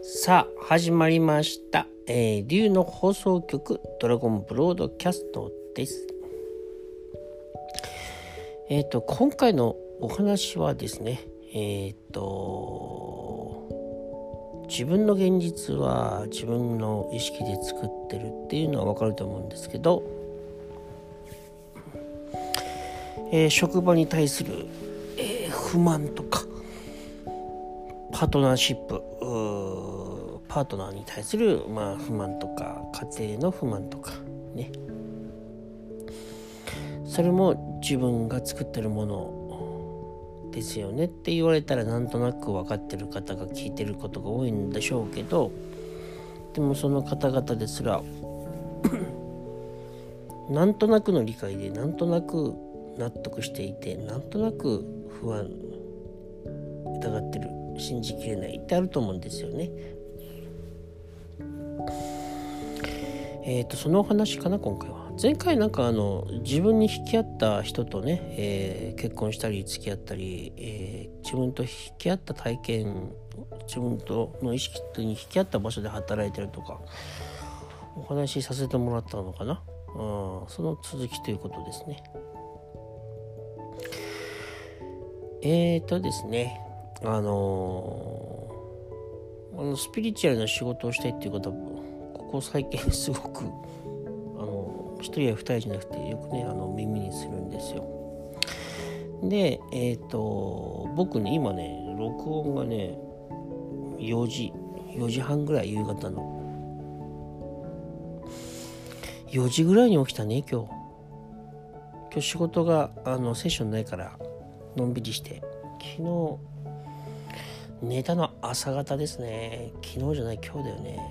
さあ始まりました、龍の放送局ドラゴンブロードキャストです。今回のお話はですね、自分の現実は自分の意識で作ってるっていうのはわかると思うんですけど、職場に対する、不満とかパートナーシップパートナーに対する、不満とか家庭の不満とかね、それも自分が作ってるものですよねって言われたらなんとなく分かってる方が聞いてることが多いんでしょうけど、でもその方々ですらなんとなくの理解でなんとなく納得していて、なんとなく不安、疑ってる、信じきれないってあると思うんですよね。そのお話かな今回は。前回自分に引き合った人とね、結婚したり付き合ったり、自分と引き合った体験、自分との意識に引き合った場所で働いてるとかお話しさせてもらったのかな、その続きということですね。ですね、スピリチュアルな仕事をしたいっていうことはここ最近すごく一人や二人じゃなくてよくね耳にするんですよ。で僕ね今ね録音がね4時半ぐらい、夕方の4時ぐらいに起きたね。今日仕事がセッションないからのんびりして、昨日寝たの朝方ですね。昨日じゃない今日だよね。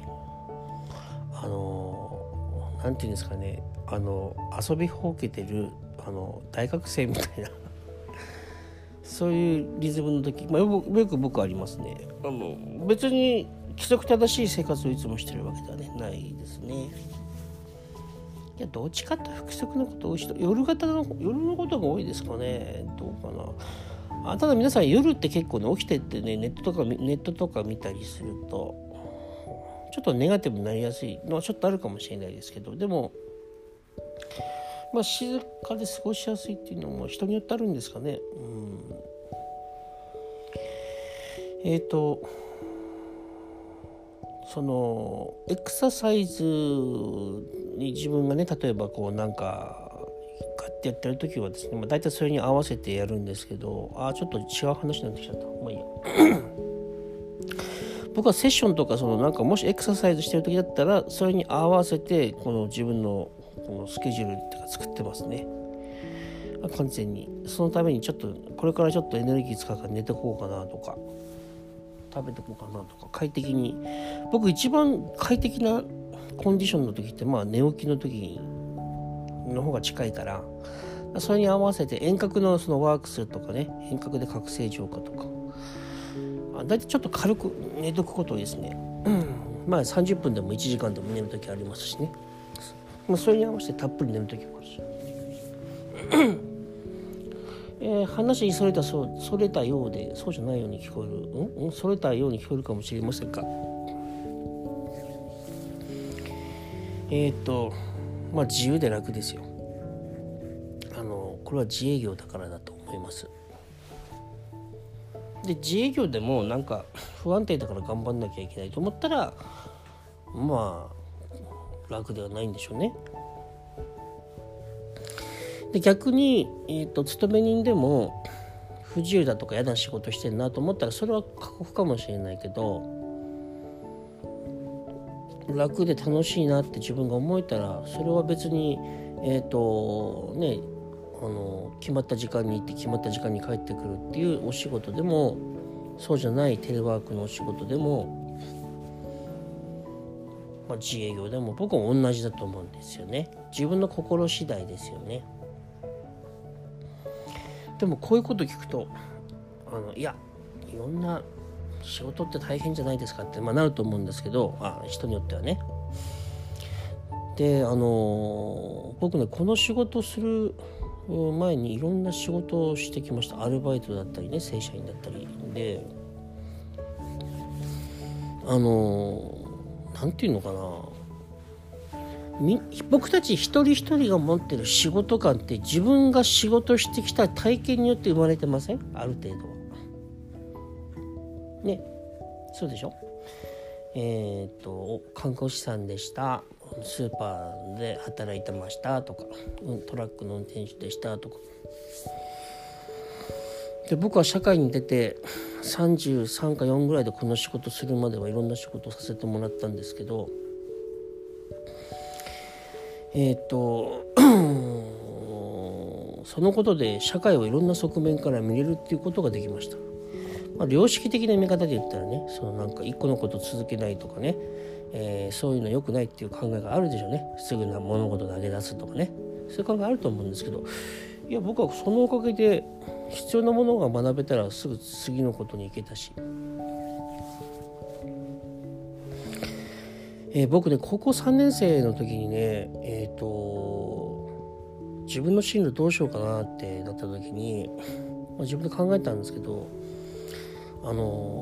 なんていうんですかね、遊びほうけてる大学生みたいなそういうリズムの時、よく僕ありますね。別に規則正しい生活をいつもしてるわけでは、ね、ないですね。いやどっちかって不規則なこと多い人、夜のことが多いですかね。どうかな。ただ皆さん夜って結構ね起きてってねネットとか見たりするとちょっとネガティブになりやすいのはちょっとあるかもしれないですけど、でも静かで過ごしやすいっていうのも人によってあるんですかね。そのエクササイズに自分がね、例えばこうガッてやってる時はですね、大体それに合わせてやるんですけど、ちょっと違う話になってきちゃった。いいや僕はセッションとかもしエクササイズしてる時だったらそれに合わせてこの自分のこのスケジュールってか作ってますね。完全にそのためにこれからちょっとエネルギー使うから寝てこうかなとか食べてこうかなとか、快適に、僕一番快適なコンディションの時って寝起きの時の方が近いから、それに合わせて遠隔のワークするとかね、遠隔で覚醒浄化とかだいたいちょっと軽く寝とくことですね。30分でも1時間でも寝る時ありますしね。それに合わせてたっぷり寝る時もあるし話にそれたようでそうじゃないように聞こえる、それたように聞こえるかもしれませんが、自由で楽ですよ。これは自営業だからだと思います。で自営業でも不安定だから頑張んなきゃいけないと思ったら楽ではないんでしょうね。で逆に、勤め人でも不自由だとか嫌な仕事してるなと思ったらそれは過酷かもしれないけど、楽で楽しいなって自分が思えたらそれは別に決まった時間に行って決まった時間に帰ってくるっていうお仕事でも、そうじゃないテレワークのお仕事でも、自営業でも僕は同じだと思うんですよね。自分の心次第ですよね。でもこういうこと聞くといろんな仕事って大変じゃないですかってなると思うんですけど、人によってはね。で僕ねこの仕事をする前にいろんな仕事をしてきました。アルバイトだったりね、正社員だったりで、 なんていうのかな、僕たち一人一人が持ってる仕事感って自分が仕事してきた体験によって生まれてません？ある程度はね。そうでしょ。看護師さんでした、スーパーで働いてましたとか、トラックの運転手でしたとかで、僕は社会に出て33か4ぐらいでこの仕事するまではいろんな仕事をさせてもらったんですけど、そのことで社会をいろんな側面から見れるっていうことができました。良識的な見方で言ったらね、なんか一個のこと続けないとかね、そういうの良くないっていう考えがあるでしょうね。すぐな物事投げ出すとかね、そういう考えあると思うんですけど、いや僕はそのおかげで必要なものが学べたらすぐ次のことに行けたし、僕ね高校3年生の時にね、自分の進路どうしようかなってなった時に、自分で考えたんですけど、そ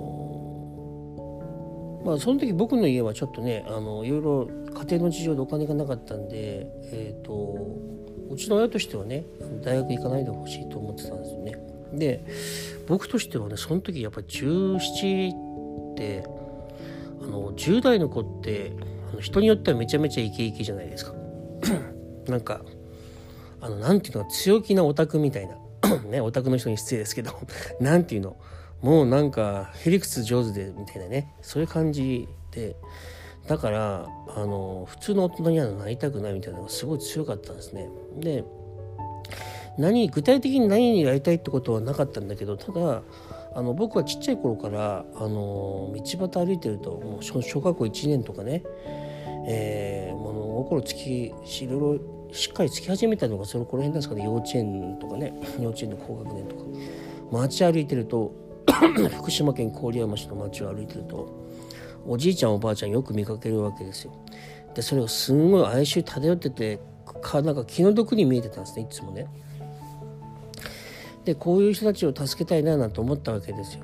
の時僕の家はちょっとね、いろいろ家庭の事情でお金がなかったんで、うちの親としてはね大学行かないでほしいと思ってたんですよね。で僕としてはね、その時やっぱり17って10代の子って人によってはめちゃめちゃイケイケじゃないですかなんかなんていうの、強気なオタクみたいなね、オタクの人に失礼ですけどなんていうの、もうなんかへりくつ上手でみたいなね、そういう感じで、だから普通の大人にはなりたくないみたいなのがすごい強かったんですね。で具体的に何にやりたいってことはなかったんだけど、ただ僕はちっちゃい頃から道端歩いてると、もう小学校1年とかね、物心いろいろしっかりつき始めたのがこの辺なんですかね。幼稚園の高学年とか街歩いてると福島県郡山市の街を歩いてると、おじいちゃんおばあちゃんよく見かけるわけですよ。でそれがすんごい哀愁漂ってて、なんか気の毒に見えてたんですね、いつもね。でこういう人たちを助けたいなと思ったわけですよ。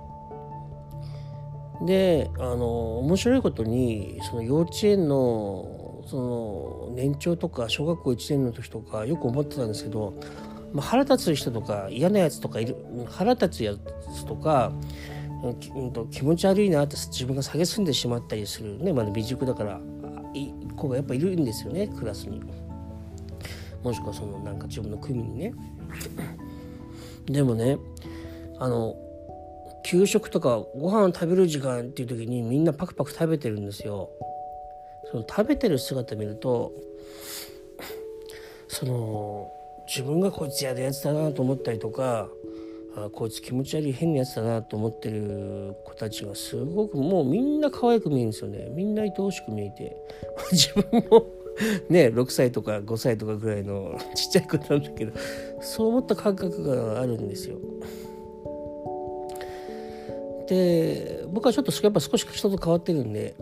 で面白いことに、その幼稚園の年長とか小学校1年の時とかよく思ってたんですけど、腹立つ人とか嫌なやつとかいる、腹立つやつとか気持ち悪いなって自分が蔑んでしまったりするね、未熟だから子がやっぱいるんですよね、クラスに、もしくはなんか自分の組にねでもね、給食とかご飯食べる時間っていう時にみんなパクパク食べてるんですよ。その食べてる姿見ると、自分がこいつやるやつだなと思ったりとか、こいつ気持ち悪い変なやつだなと思ってる子たちがすごくもうみんな可愛く見えるんですよね。みんな愛おしく見えて自分もね6歳とか5歳とかぐらいのちっちゃい子なんだけど、そう思った感覚があるんですよ。で僕はちょっとやっぱ少し人と変わってるんで、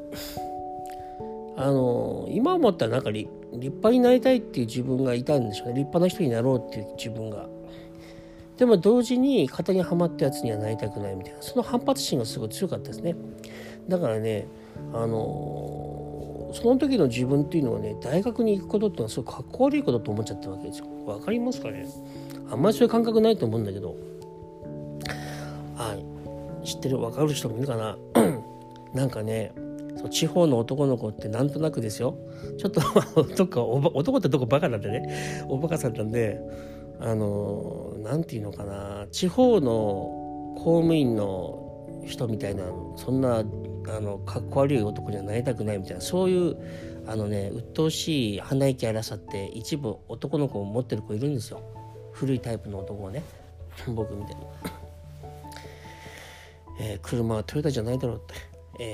今思ったらなんか立派になりたいっていう自分がいたんでしょうね。立派な人になろうっていう自分が。でも同時に型にはまったやつにはなりたくないみたいな、その反発心がすごい強かったですね。だからね、その時の自分っていうのはね、大学に行くことってのはすごいかっこ悪いことと思っちゃったわけですよ。わかりますかね。あんまりそういう感覚ないと思うんだけど、知ってる、わかる人もいるかななんかね、地方の男の子ってなんとなくですよ、ちょっと男ってどこバカなんでね、おバカさんなんで、なんていうのかな、地方の公務員の人みたいな、そんなかっこ悪い男にはなりたくないみたいな、そういう鬱陶しい鼻息荒さって一部男の子を持ってる子いるんですよ。古いタイプの男はね僕みたいに車はトヨタじゃないだろうって、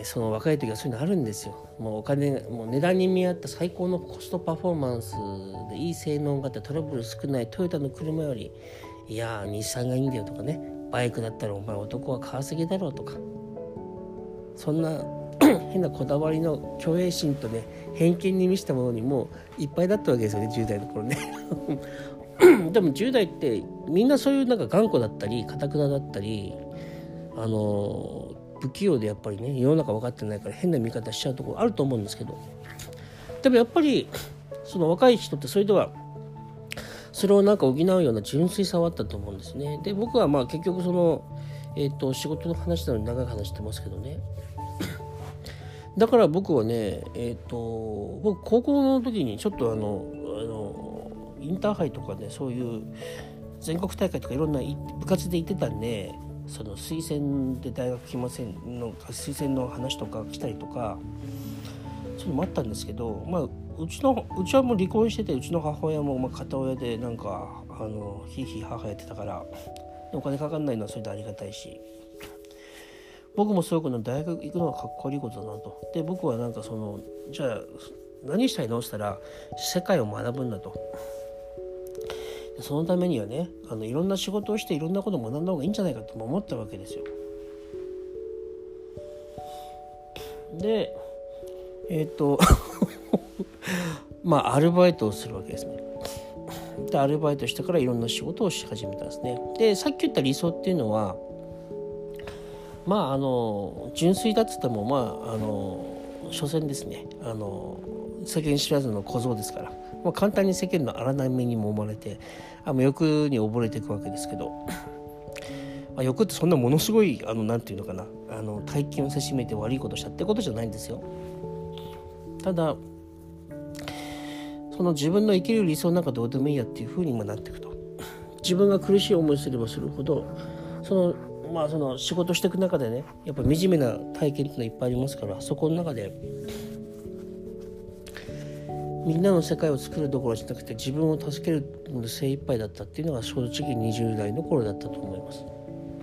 その若い時はそういうのあるんですよ。もうお金、もう値段に見合った最高のコストパフォーマンスでいい性能があってトラブル少ないトヨタの車より、いや日産がいいんだよとかね、バイクだったらお前男は川崎だろうとか、そんな変なこだわりの虚栄心とね偏見に満ちたものにもいっぱいだったわけですよね、10代の頃ねでも10代ってみんなそういうなんか頑固だったり堅くなだったり不器用でやっぱりね、世の中分かってないから変な見方しちゃうところあると思うんですけど、でもやっぱりその若い人ってそれではそれをなんか補うような純粋さはあったと思うんですね。で僕はまあ結局その、仕事の話なのに長い話してますけどね。だから僕はね、僕高校の時にちょっとインターハイとかね、そういう全国大会とかいろんな部活で行ってたんで、その推薦で大学来ませんの推薦の話とか来たりとかそういうのもあったんですけど、まあうちはもう離婚してて、うちの母親もまあ片親でなんかひいひい母やってたからお金かかんないのはそれでありがたいし、僕もそういうの大学行くのはかっこいいことだなと。で僕はなんかそのじゃあ何したいのって言ったら世界を学ぶんだと。そのためにはね、いろんな仕事をしていろんなことを学んだ方がいいんじゃないかと思ったわけですよ。でまあアルバイトをするわけですね。でアルバイトしてからいろんな仕事をし始めたんですね。でさっき言った理想っていうのはまあ純粋だっつってもまあ所詮ですね、世間知らずの小僧ですから、まあ、簡単に世間の荒波にも揉まれて欲に溺れていくわけですけど、まあ、欲ってそんなものすごいなんていうのかな、大金をせしめて悪いことしたってことじゃないんですよ。ただその自分の生きる理想なんかどうでもいいやっていう風にもなっていくと、自分が苦しい思いすればするほどその仕事していく中でね、やっぱ惨めな体験っていうのはいっぱいありますから、そこの中でみんなの世界を作るどころじゃなくて自分を助けるので精一杯だったっていうのが正直20代の頃だったと思います。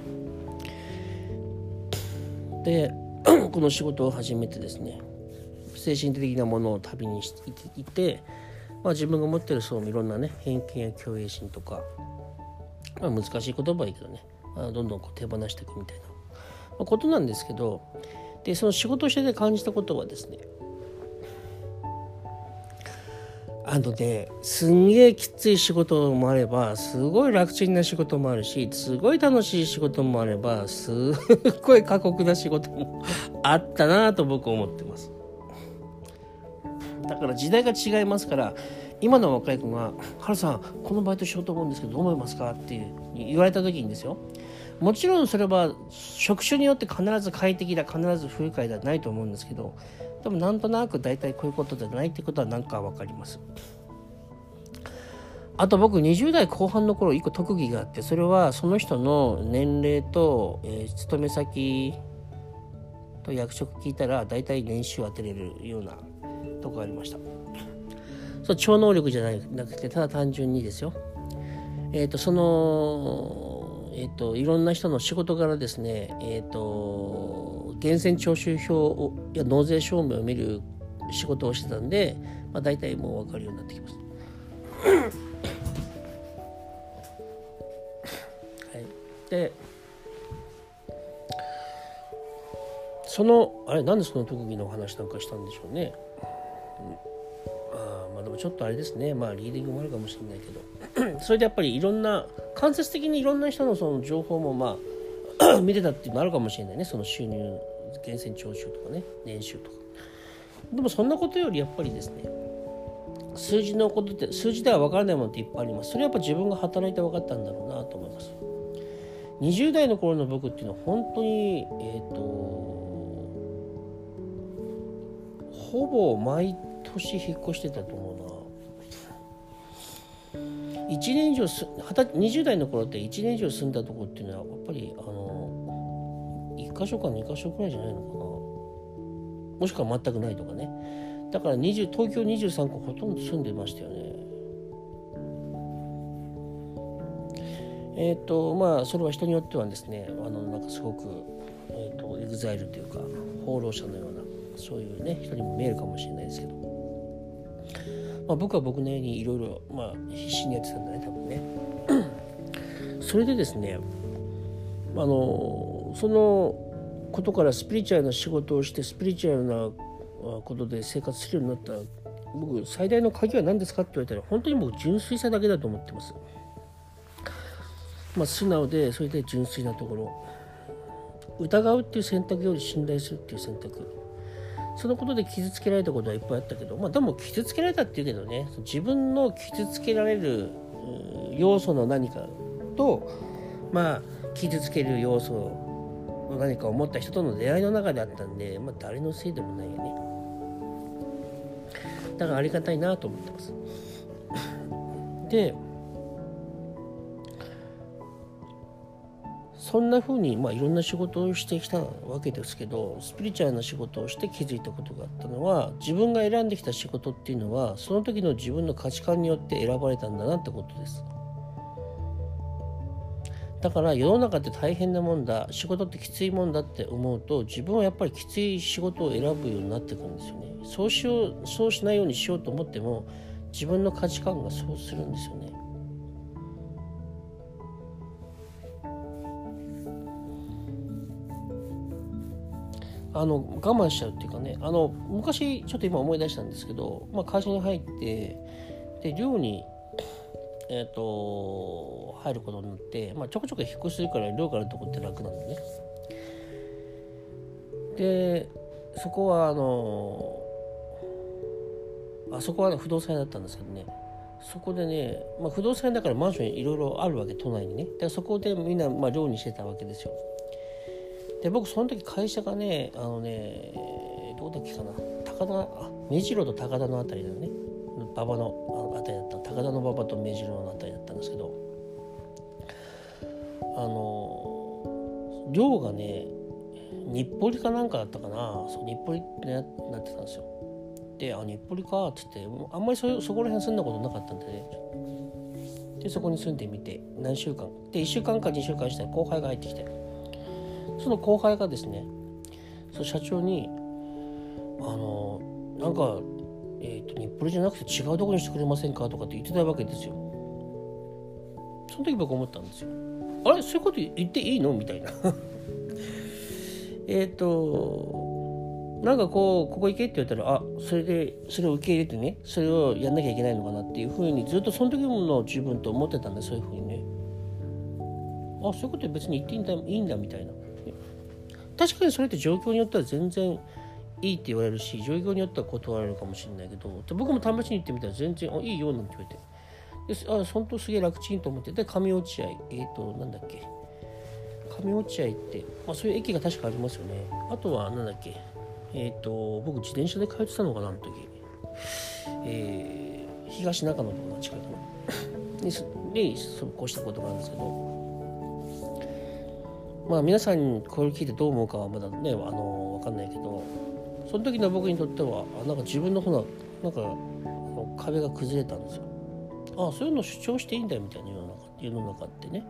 でこの仕事を始めてですね、精神的なものを旅にしていて、まあ、自分が持っているいろんなね偏見や虚栄心とか、まあ、難しい言葉はいいけどね、どんどん手放していくみたいな、ことなんですけど、でその仕事をしてて感じたことはですね、すんげえきつい仕事もあればすごい楽ちんな仕事もあるし、すごい楽しい仕事もあればすっごい過酷な仕事もあったなと僕は思ってます。だから時代が違いますから、今の若い子が「ハルさんこのバイトしようと思うんですけどどう思いますか?」って言われた時にですよ、もちろんそれは職種によって必ず快適だ必ず不愉快ではないと思うんですけど、でもなんとなく大体こういうことじゃないってことはなんか分かります。あと僕20代後半の頃一個特技があって、それはその人の年齢と、勤め先と役職聞いたら大体年収当てれるようなとこがありました。そう超能力じゃなくてただ単純にですよ、いろんな人の仕事からですね、源泉徴収票や納税証明を見る仕事をしてたんで、まあ、大体もう分かるようになってきます。はい、でなんでその特技の話なんかしたんでしょうね。まあでもちょっとあれですね、まあリーディングもあるかもしれないけどそれでやっぱりいろんな間接的にいろんな人のその情報もまあ見てたっていうのあるかもしれないね。その収入源泉徴収とかね、年収とか。でもそんなことよりやっぱりですね、数字のことって数字では分からないものっていっぱいあります。それはやっぱ自分が働いて分かったんだろうなと思います。20代の頃の僕っていうのは本当にほぼ毎年引っ越してたと思うな。1年以上20代の頃って1年以上住んだところっていうのはやっぱり1箇所か2箇所くらいじゃないのかな、もしくは全くないとかね。だから東京23区ほとんど住んでましたよね。まあそれは人によってはですね、なんかすごくエグザイルというか放浪者のようなそういうね人にも見えるかもしれないですけど、まあ、僕は僕なりにいろいろ必死にやってたんだね多分ねそれでですね、そのことからスピリチュアルな仕事をしてスピリチュアルなことで生活するようになったら、僕最大の鍵は何ですかって言われたら本当に僕純粋さだけだと思ってます。素直でそれで純粋なところ疑うっていう選択より信頼するっていう選択、そのことで傷つけられたことはいっぱいあったけど、でも傷つけられたっていうけどね、自分の傷つけられる要素の何かと、傷つける要素の何かを持った人との出会いの中であったんで、誰のせいでもないよね。だからありがたいなと思ってます。で、そんな風にいろんな仕事をしてきたわけですけど、スピリチュアルな仕事をして気づいたことがあったのは、自分が選んできた仕事っていうのはその時の自分の価値観によって選ばれたんだなってことです。だから世の中って大変なもんだ、仕事ってきついもんだって思うと、自分はやっぱりきつい仕事を選ぶようになってくるんですよね。そうしないようにしようと思っても自分の価値観がそうするんですよね。我慢しちゃうっていうかね、昔ちょっと今思い出したんですけど、会社に入ってで寮に入ることになって、ちょこちょこ引っ越しするから寮からのとこって楽なんでね。でそこはそこは不動産屋だったんですけどね、そこでね、不動産屋だからマンションいろいろあるわけ、都内にね。でそこでみんな寮にしてたわけですよ。で僕その時会社がね、どうだっけかな、目白と高田のあたりだよね、馬場のあたりだった、高田の馬場と目白のあたりだったんですけど、寮がね日暮里かなんかだったかな、そう日暮里ってなってたんですよ。で日暮里かっつって、あんまりそこら辺住んだことなかったんでね、でそこに住んでみて何週間で1週間か2週間したら後輩が入ってきて、その後輩がですね、その社長になんか、日暮里じゃなくて違うとこにしてくれませんかとかって言ってたわけですよ。その時僕思ったんですよ。あれ、そういうこと言っていいのみたいななんかここ行けって言ったら、それを受け入れてね、それをやんなきゃいけないのかなっていうふうにずっとその時の自分と思ってたんで、そういうふうにね、そういうこと別に言っていいんだみたいな。確かにそれって状況によっては全然いいって言われるし、状況によっては断られるかもしれないけど、で僕も試しに行ってみたら全然いいよなんて言われて、本当すげえ楽ちんと思って、で上落合なんだっけ、上落合って、そういう駅が確かありますよね。あとはなんだっけ、僕自転車で通ってたのかな、あの時、東中野とかの近くので速攻したことがあるんですけど、皆さんこれを聞いてどう思うかはまだね分かんないけど、その時の僕にとってはなんか自分の方のなんか壁が崩れたんですよ。そういうのを主張していいんだよみたいな世の中ってね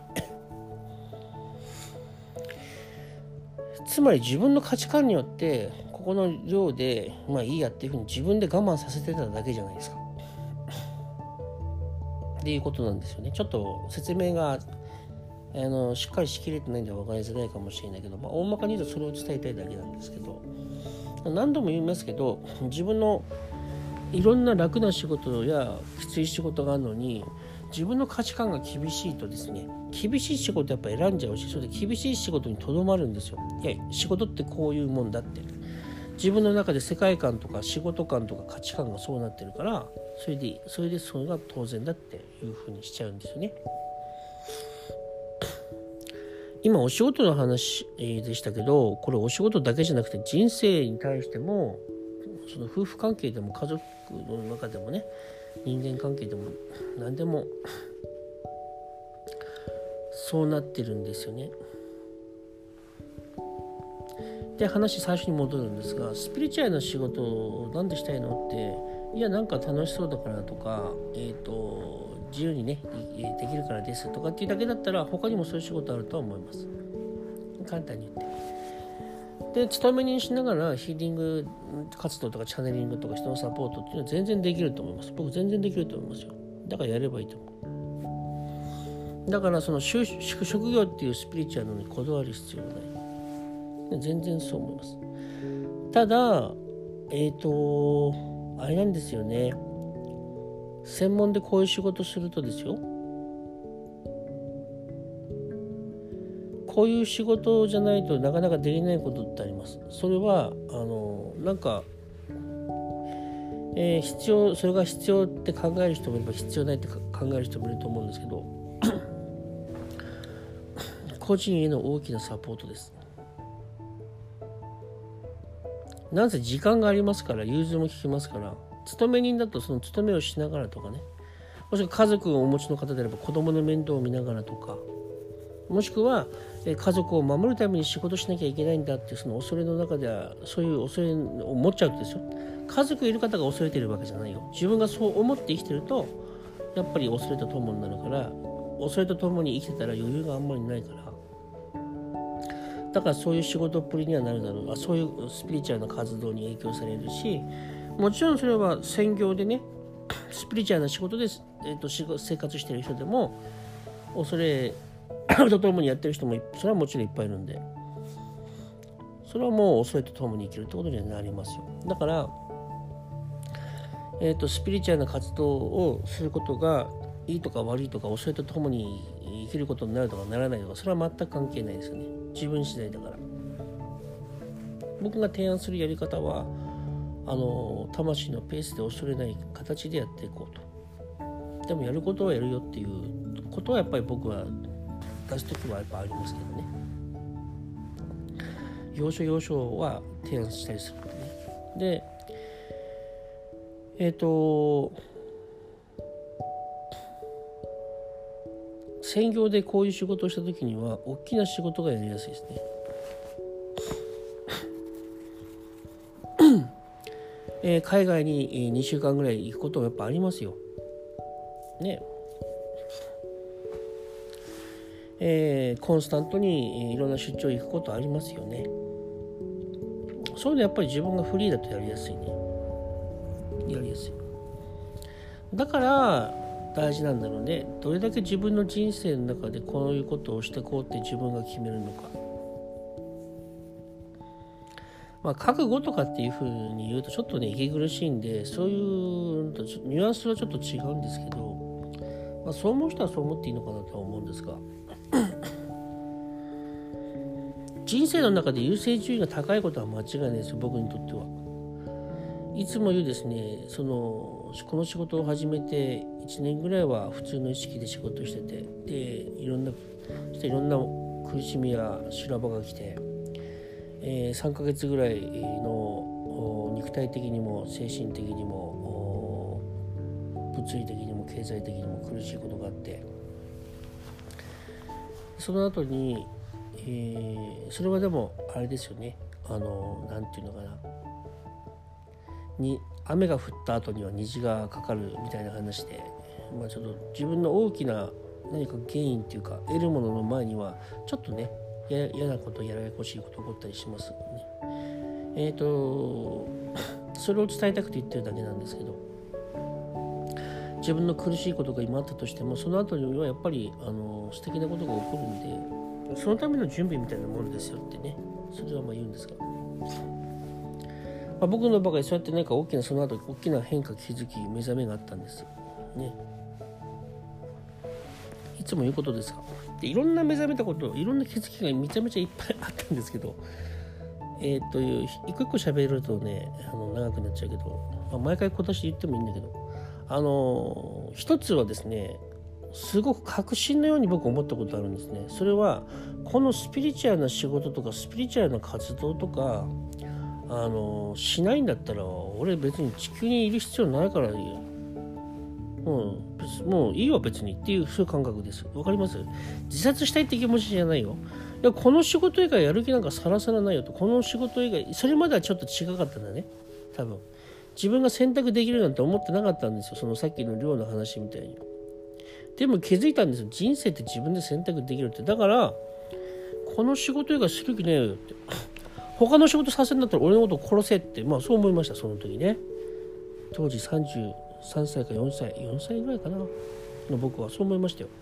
つまり自分の価値観によってここの量でいいやっていうふうに自分で我慢させてただけじゃないですかっていうことなんですよね。ちょっと説明がしっかりしきれてないんで分かりづらいかもしれないけど、大まかに言うとそれを伝えたいだけなんですけど、何度も言いますけど、自分のいろんな楽な仕事やきつい仕事があるのに、自分の価値観が厳しいとですね、厳しい仕事やっぱ選んじゃうし、それで厳しい仕事にとどまるんですよ。いや、仕事ってこういうもんだって、自分の中で世界観とか仕事観とか価値観がそうなってるから、それでそれが当然だっていうふうにしちゃうんですよね。今お仕事の話でしたけど、これお仕事だけじゃなくて人生に対しても、その夫婦関係でも家族の中でもね、人間関係でも何でもそうなってるんですよね。で、話最初に戻るんですが、スピリチュアルな仕事をなんでしたいのって、いやなんか楽しそうだからとか、自由にねできるからですとかっていうだけだったら、他にもそういう仕事あるとは思います。簡単に言って、で勤め人しながらヒーリング活動とかチャネリングとか人のサポートっていうのは全然できると思います。僕全然できると思いますよ。だからやればいいと思う。だからその職業っていうスピリチュアルにこだわる必要はない。全然そう思います。ただあれなんですよね、専門でこういう仕事するとですよ、 こういう仕事じゃないとなかなかできないことってあります。それはなんか、それが必要って考える人もいれば必要ないって考える人もいると思うんですけど個人への大きなサポートです。なんせ時間がありますから融通も利きますから、勤め人だとその勤めをしながらとかね、もしくは家族をお持ちの方であれば子供の面倒を見ながらとか、もしくは家族を守るために仕事しなきゃいけないんだっていうその恐れの中ではそういう恐れを持っちゃうとですよ、家族いる方が恐れてるわけじゃないよ。自分がそう思って生きてるとやっぱり恐れとともになるから、恐れとともに生きてたら余裕があんまりないから、だからそういう仕事っぷりにはなるだろう。そういうスピリチュアルな活動に影響されるし、もちろんそれは専業でねスピリチュアルな仕事で、生活している人でも恐れとともにやってる人もそれはもちろんいっぱいいるんで、それはもう恐れとともに生きるってことにはなりますよ。だから、スピリチュアルな活動をすることがいいとか悪いとか、恐れとともに生きることになるとかならないとか、それは全く関係ないですよね。自分次第だから。僕が提案するやり方は魂のペースで恐れない形でやっていこうと。でもやることはやるよっていうことはやっぱり僕は出すときはやっぱありますけどね。要所要所は提案したりするんでね。で専業でこういう仕事をしたときには大きな仕事がやりやすいですね。海外に2週間ぐらい行くこともやっぱありますよ。ね。コンスタントにいろんな出張行くことありますよね。そういうのやっぱり自分がフリーだとやりやすいね。やりやすい。だから大事なんだろうね。どれだけ自分の人生の中でこういうことをしてこうって自分が決めるのか。覚悟とかっていうふうに言うとちょっとね息苦しいんで、そういうニュアンスはちょっと違うんですけど、そう思う人はそう思っていいのかなとは思うんですが人生の中で優先順位が高いことは間違いないですよ、僕にとっては。いつも言うですね、この仕事を始めて1年ぐらいは普通の意識で仕事してて、でいろんな苦しみや修羅場が来て、3ヶ月ぐらいの肉体的にも精神的にも物理的にも経済的にも苦しいことがあって、その後に、それはでもあれですよね、なんていうのかな、雨が降った後には虹がかかるみたいな話で、ちょっと自分の大きな何か原因っていうか得るものの前にはちょっとね嫌なことややこしいこと起こったりしますね。それを伝えたくて言ってるだけなんですけど、自分の苦しいことが今あったとしてもその後にはやっぱり素敵なことが起こるんで、そのための準備みたいなものですよってね、それは言うんですが、僕の場合そうやって何かその後大きな変化気づき目覚めがあったんですね。いつも言うことですが、でいろんな目覚めたこと、いろんな気づきがめちゃめちゃいっぱいあったんですけど、一個一個喋るとね長くなっちゃうけど、毎回今年言ってもいいんだけど、一つはですね、すごく確信のように僕思ったことあるんですね。それはこのスピリチュアルな仕事とかスピリチュアルな活動とかしないんだったら俺別に地球にいる必要ないからいいよ、もういいわ別にっていう、そういう感覚です。わかります？自殺したいって気持ちじゃないよ。いやこの仕事以外やる気なんかさらさらないよと。この仕事以外、それまではちょっと違かったんだね。多分自分が選択できるなんて思ってなかったんですよ。そのさっきの寮の話みたいに。でも気づいたんですよ。人生って自分で選択できるって。だからこの仕事以外する気ねえよって他の仕事させるんだったら俺のことを殺せって、そう思いました。その時ね、当時33歳か4歳ぐらいかなの僕はそう思いましたよ。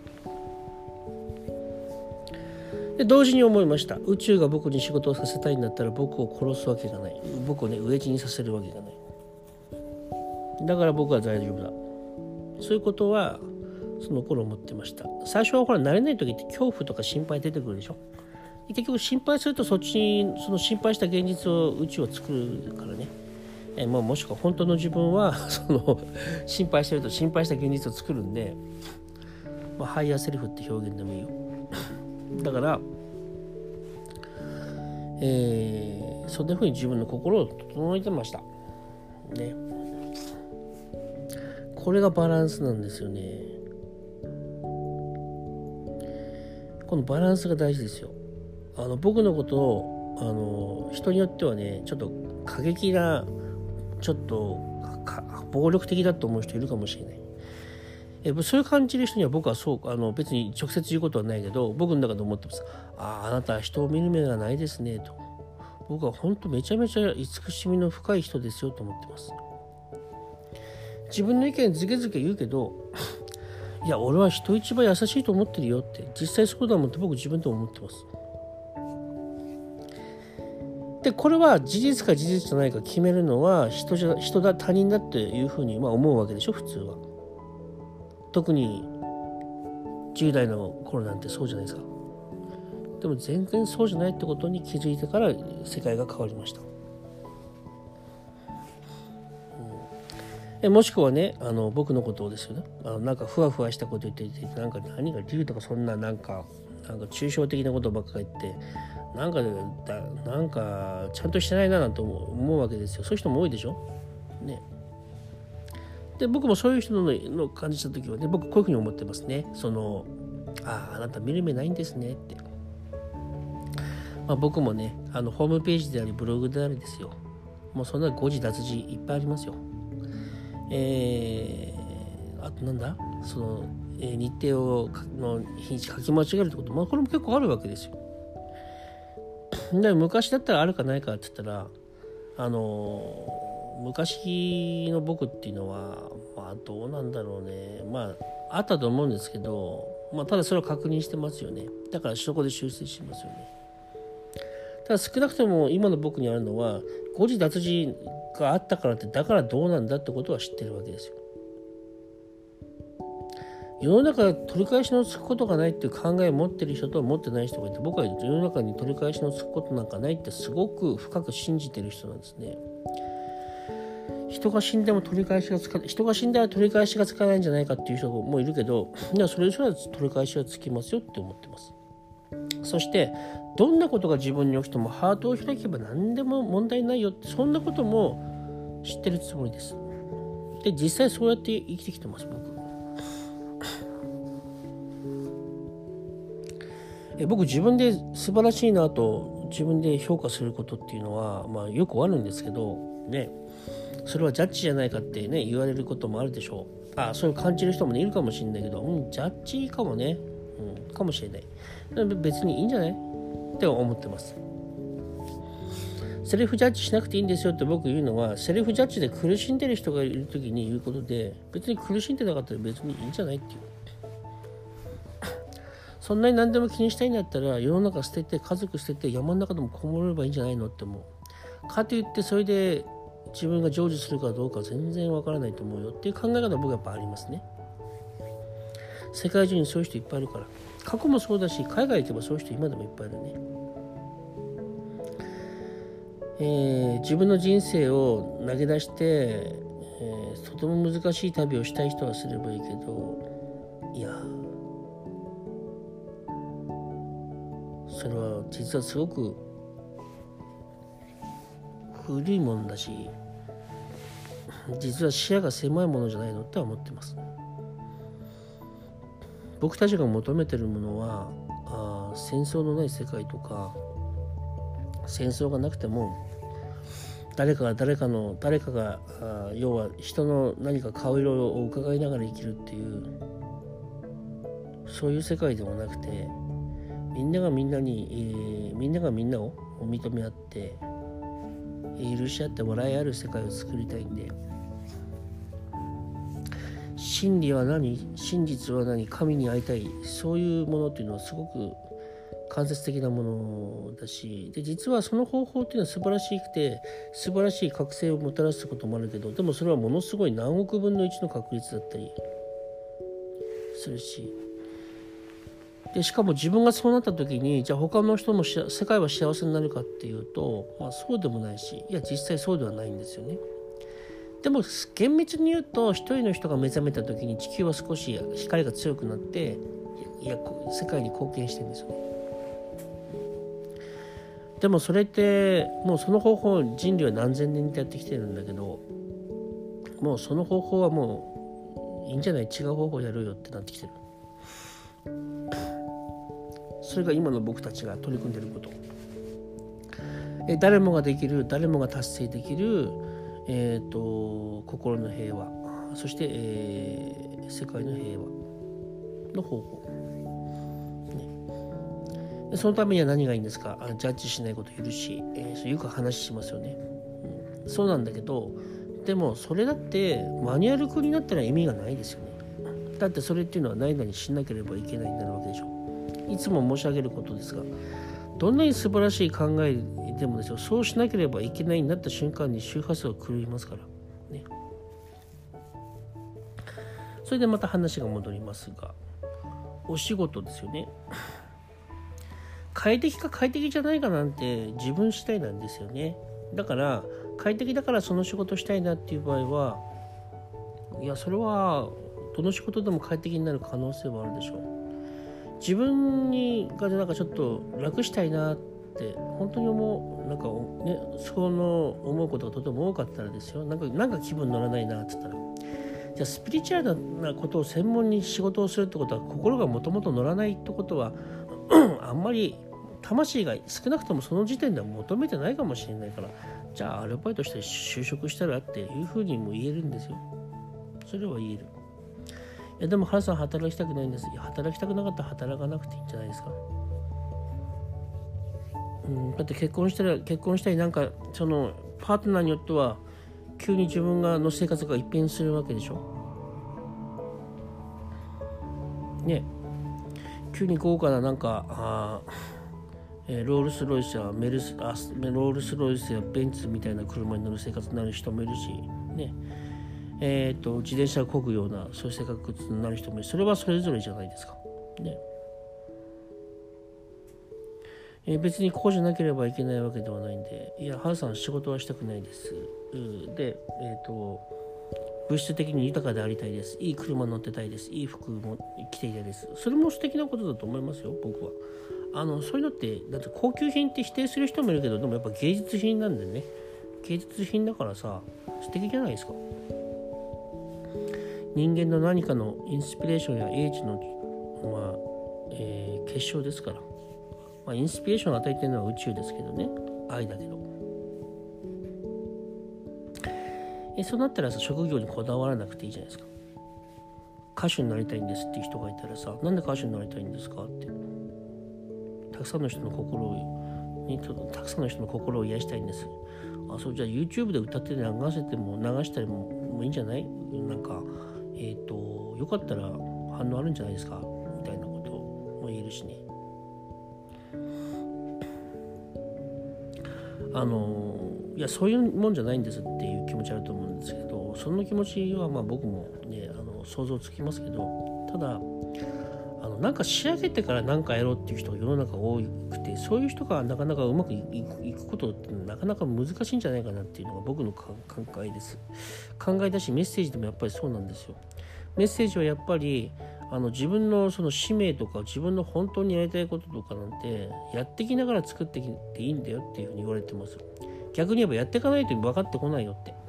で同時に思いました。宇宙が僕に仕事をさせたいんだったら僕を殺すわけがない。僕をね飢え死にさせるわけがない。だから僕は大丈夫だ。そういうことはその頃思ってました。最初はほら慣れない時って恐怖とか心配出てくるでしょ。結局心配するとその心配した現実を宇宙を作るからね。もしくは本当の自分は心配してると心配した現実を作るんで、ハイヤーセルフって表現でもいいよ。だからそんな風に自分の心を整えてましたね。これがバランスなんですよね。このバランスが大事ですよ。僕のことを人によってはね、ちょっと過激な、ちょっと暴力的だと思う人いるかもしれない。そういう感じる人には僕は別に直接言うことはないけど、僕の中で思ってます。あなたは人を見る目がないですねと。僕は本当めちゃめちゃ慈しみの深い人ですよと思ってます。自分の意見ずけずけ言うけどいや俺は人一倍優しいと思ってるよって、実際そうだもんって僕自分でも思ってます。でこれは事実か事実じゃないか決めるのは人だ他人だっていうふうに思うわけでしょ普通は。特に10代の頃なんてそうじゃないですか。でも全然そうじゃないってことに気づいてから世界が変わりました。もしくはね僕のことをですよね、なんかふわふわしたこと言っていて、なんか何が理由とかそんななんか抽象的なことばっかり言ってなんかちゃんとしてないななんて思うわけですよ。そういう人も多いでしょね。で僕もそういう人の感じた時はね、僕こういうふうに思ってますね。あなた見る目ないんですねって。僕もねホームページでありブログでありですよ、もうそんな誤字脱字いっぱいありますよ。あとなんだ日程の日にち書き間違えるってこと、これも結構あるわけですよ。で昔だったらあるかないかって言ったら昔の僕っていうのはどうなんだろうね、あったと思うんですけど、ただそれを確認してますよね。だからそこで修正しますよね。ただ少なくとも今の僕にあるのは誤字脱字があったからってだからどうなんだってことは知ってるわけですよ。世の中取り返しのつくことがないっていう考えを持ってる人と持ってない人がいて、僕は世の中に取り返しのつくことなんかないってすごく深く信じてる人なんですね。人が死んでも取り返しがつかない、人が死んだら取り返しがつかないんじゃないかっていう人もいるけど、それぞれ取り返しがつきますよって思ってます。そしてどんなことが自分に起きてもハートを開けば何でも問題ないよって、そんなことも知ってるつもりです。で実際そうやって生きてきてます僕自分で素晴らしいなと自分で評価することっていうのは、よくあるんですけどね、それはジャッジじゃないかってね言われることもあるでしょう。そういう感じる人も、いるかもしれないけど、ジャッジかもね、かもしれない。別にいいんじゃないって思ってます。セルフジャッジしなくていいんですよって僕言うのは、セルフジャッジで苦しんでる人がいる時に言うことで、別に苦しんでなかったら別にいいんじゃないっていう。そんなに何でも気にしたいんだったら世の中捨てて家族捨てて山の中でもこもればいいんじゃないのって思う。かといってそれで自分が成就するかどうか全然わからないと思うよっていう考え方は僕はやっぱありますね。世界中にそういう人いっぱいいるから。過去もそうだし、海外行けばそういう人今でもいっぱいいるね。自分の人生を投げ出して、とても難しい旅をしたい人はすればいいけど、いやそれは実はすごく古いものだし、実は視野が狭いものじゃないのって思ってます。僕たちが求めてるものは戦争のない世界とか、戦争がなくても誰かが要は人の何か顔色を伺いながら生きるっていう、そういう世界ではなくて、みんながみんなを認め合って許し合って笑い合える世界を作りたいんで、真理は何、真実は何、神に会いたい、そういうものっていうのはすごく間接的なものだし、で実はその方法っていうのは素晴らしくて、素晴らしい覚醒をもたらすこともあるけど、でもそれはものすごい何億分の1の確率だったりするし、でしかも自分がそうなった時にじゃあ他の人も世界は幸せになるかっていうと、そうでもないし、いや実際そうではないんですよね。でも厳密に言うと一人の人が目覚めた時に地球は少し光が強くなって世界に貢献してるんですよね。でもそれってもうその方法を人類は何千年ってやってきてるんだけど、もうその方法はもういいんじゃない、違う方法やるよってなってきてる。それが今の僕たちが取り組んでいること。誰もができる、誰もが達成できる、心の平和、そして、世界の平和の方法、でそのためには何がいいんですか。ジャッジしないこと許し、よく話しますよね、そうなんだけど、でもそれだってマニュアル化になったら意味がないですよね。だってそれっていうのは何々しなければいけないになるわけでしょ。いつも申し上げることですが、どんなに素晴らしい考えでもですよ、そうしなければいけないになった瞬間に周波数が狂いますからね。それでまた話が戻りますが、お仕事ですよね。快適か快適じゃないかなんて自分次第なんですよね。だから快適だからその仕事したいなっていう場合は、いやそれはどの仕事でも快適になる可能性はあるでしょう。自分がなんかちょっと楽したいなって本当に思う、なんかね、その思うことがとても多かったらですよ、なんか気分乗らないなって言ったら、じゃあスピリチュアルなことを専門に仕事をするってことは、心がもともと乗らないってことはあんまり魂が少なくともその時点では求めてないかもしれないから、じゃあアルバイトして就職したらっていうふうにも言えるんですよ。それは言える。いやでも原さん働きたくないんです。いや働きたくなかったら働かなくていいんじゃないですか。だって結婚したりなんかそのパートナーによっては急に自分の生活が一変するわけでしょ。ね、急に豪華ななんかロールスロイスやロールスロイスやベンツみたいな車に乗る生活になる人もいるしね。自転車を漕ぐようなそういう生活になる人もいる。それはそれぞれじゃないですかね。別にここじゃなければいけないわけではないんで、いやハルさん仕事はしたくないです。で、物質的に豊かでありたいです。いい車乗ってたいです。いい服も着ていたいです。それも素敵なことだと思いますよ、僕は。そういうのってだって高級品って否定する人もいるけど、でもやっぱ芸術品なんでね、芸術品だからさ素敵じゃないですか。人間の何かのインスピレーションや英知の、結晶ですから、インスピレーションを与えてるのは宇宙ですけどね、愛だけど。そうなったらさ、職業にこだわらなくていいじゃないですか。歌手になりたいんですっていう人がいたらさ、なんで歌手になりたいんですかって、たくさんの人の心を癒したいんです。そうじゃあ YouTube で歌って流したりもいいんじゃない？なんかよかったら反応あるんじゃないですかみたいなことも言えるしね。いやそういうもんじゃないんですっていう気持ちあると思うんですけど、その気持ちは僕もね想像つきますけど、ただなんか仕上げてから何かやろうっていう人が世の中多くて、そういう人がなかなかうまくいくことってなかなか難しいんじゃないかなっていうのが僕の考えです。考えだしメッセージでもやっぱりそうなんですよ。メッセージはやっぱり自分のその使命とか自分の本当にやりたいこととかなんてやってきながら作ってきていいんだよっていうふうに言われてますよ。逆に言えばやっていかないと分かってこないよ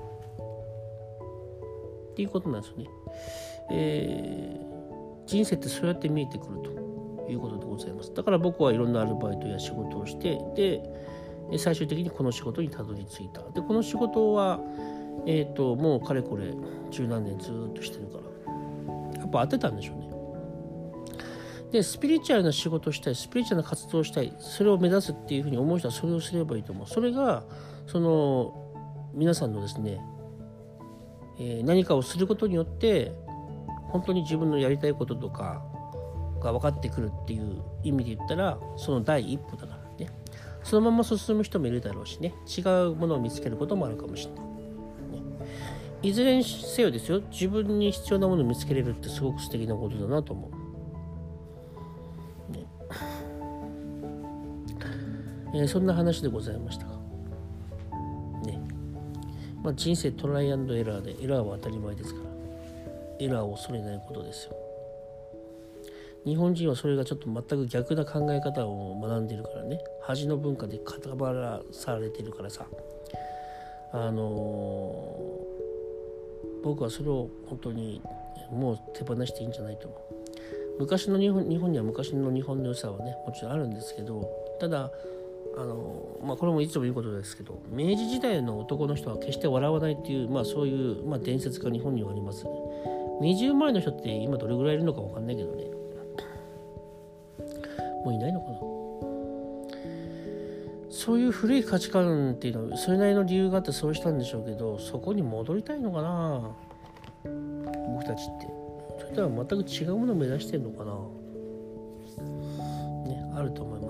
っていうことなんですよね。人生ってそうやって見えてくるということでございます。だから僕はいろんなアルバイトや仕事をして、で最終的にこの仕事にたどり着いた。でこの仕事はもうかれこれ十何年ずっとしてるから、やっぱ当てたんでしょうね。でスピリチュアルな仕事をしたい、スピリチュアルな活動をしたい、それを目指すっていうふうに思う人はそれをすればいいと思う。それがその皆さんのですね、何かをすることによって本当に自分のやりたいこととかが分かってくるっていう意味で言ったら、その第一歩だからね。そのまま進む人もいるだろうしね、違うものを見つけることもあるかもしれない、ね。 いずれにせよですよ、自分に必要なものを見つけれるってすごく素敵なことだなと思う、ね。そんな話でございましたが、ね。人生トライアンドエラーで、エラーは当たり前ですから、エラーを恐れないことですよ。日本人はそれがちょっと全く逆な考え方を学んでいるからね。恥の文化で傍らされているからさ、僕はそれを本当にもう手放していいんじゃないと思う。昔の日本には昔の日本の良さはねもちろんあるんですけど、ただこれもいつも言うことですけど、明治時代の男の人は決して笑わないっていう、そういう、伝説が日本にはあります。20前の人って今どれぐらいいるのか分かんないけどね、もういないのかな。そういう古い価値観っていうのはそれなりの理由があってそうしたんでしょうけど、そこに戻りたいのかな、僕たちって。それとは全く違うものを目指してるのかな、ね、あると思います。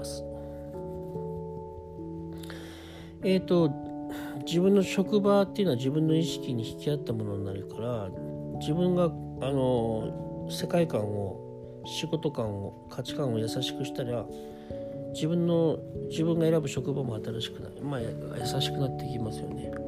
自分の職場っていうのは自分の意識に引き合ったものになるから、自分が世界観を、仕事観を、価値観を優しくしたら、自分が選ぶ職場も新しくなる、優しくなっていきますよね。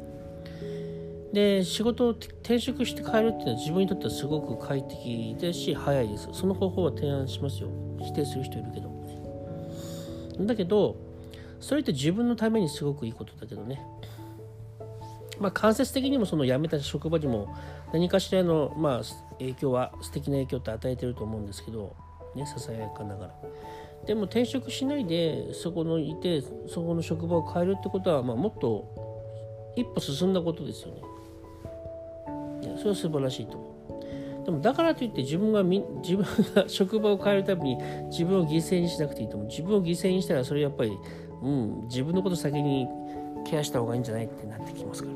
で、仕事を転職して変えるっていうのは自分にとってはすごく快適ですし早いです。その方法は提案しますよ。否定する人いるけどね。だけどそれって自分のためにすごくいいことだけどね。間接的にもその辞めた職場にも何かしらの影響は、素敵な影響って与えてると思うんですけどね、ささやかながら。でも転職しないでそこの職場を変えるってことは、もっと一歩進んだことですよね。それは素晴らしいと思う。でもだからといって自分が職場を変えるために自分を犠牲にしなくていいと思う。自分を犠牲にしたらそれやっぱり、自分のこと先にケアした方がいいんじゃないってなってきますから。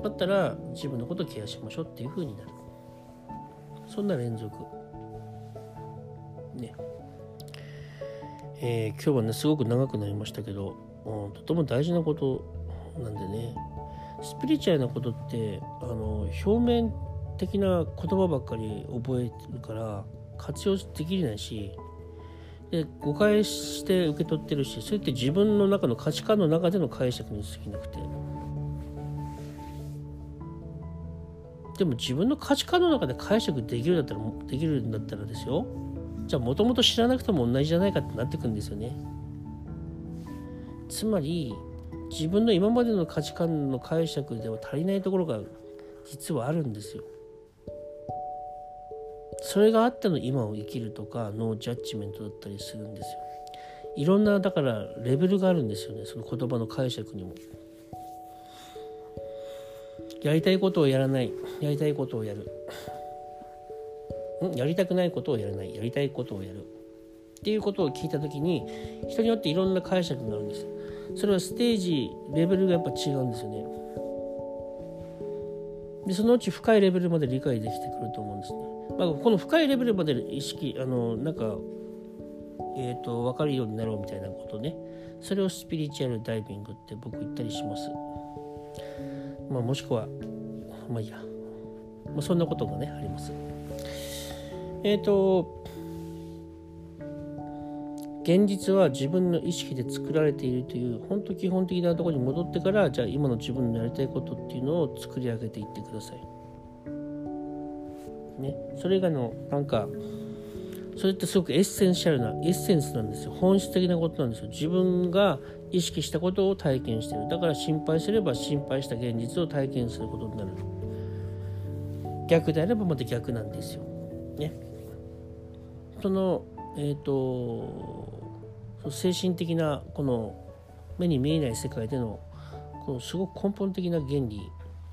だったら自分のことをケアしましょうっていう風になる。そんな連続ね。今日はねすごく長くなりましたけど、とても大事なことなんでね。スピリチュアルなことって表面的な言葉ばっかり覚えてるから活用できないし、で誤解して受け取ってるし、それって自分の中の価値観の中での解釈に過ぎなくて、でも自分の価値観の中で解釈できるんだったらですよ、じゃあもともと知らなくても同じじゃないかってなってくるんですよね。つまり自分の今までの価値観の解釈では足りないところが実はあるんですよ。それがあっての今を生きるとかノージャッジメントだったりするんですよ。いろんなだからレベルがあるんですよね、その言葉の解釈にも。やりたいことをやらない、やりたいことをやる、やりたくないことをやらない、やりたいことをやるっていうことを聞いたときに、人によっていろんな解釈があるんですよ。それはステージレベルがやっぱ違うんですよね。でそのうち深いレベルまで理解できてくると思うんですね。この深いレベルまで意識分かるようになろうみたいなことね、それをスピリチュアルダイビングって僕言ったりします。もしくはいいや、そんなことがねあります。現実は自分の意識で作られているという本当基本的なところに戻ってから、じゃあ今の自分のやりたいことっていうのを作り上げていってくださいね。それがそれってすごくエッセンスなんですよ。本質的なことなんですよ。自分が意識したことを体験している。だから心配すれば心配した現実を体験することになる。逆であればまた逆なんですよね。その精神的なこの目に見えない世界でのこのすごく根本的な原理、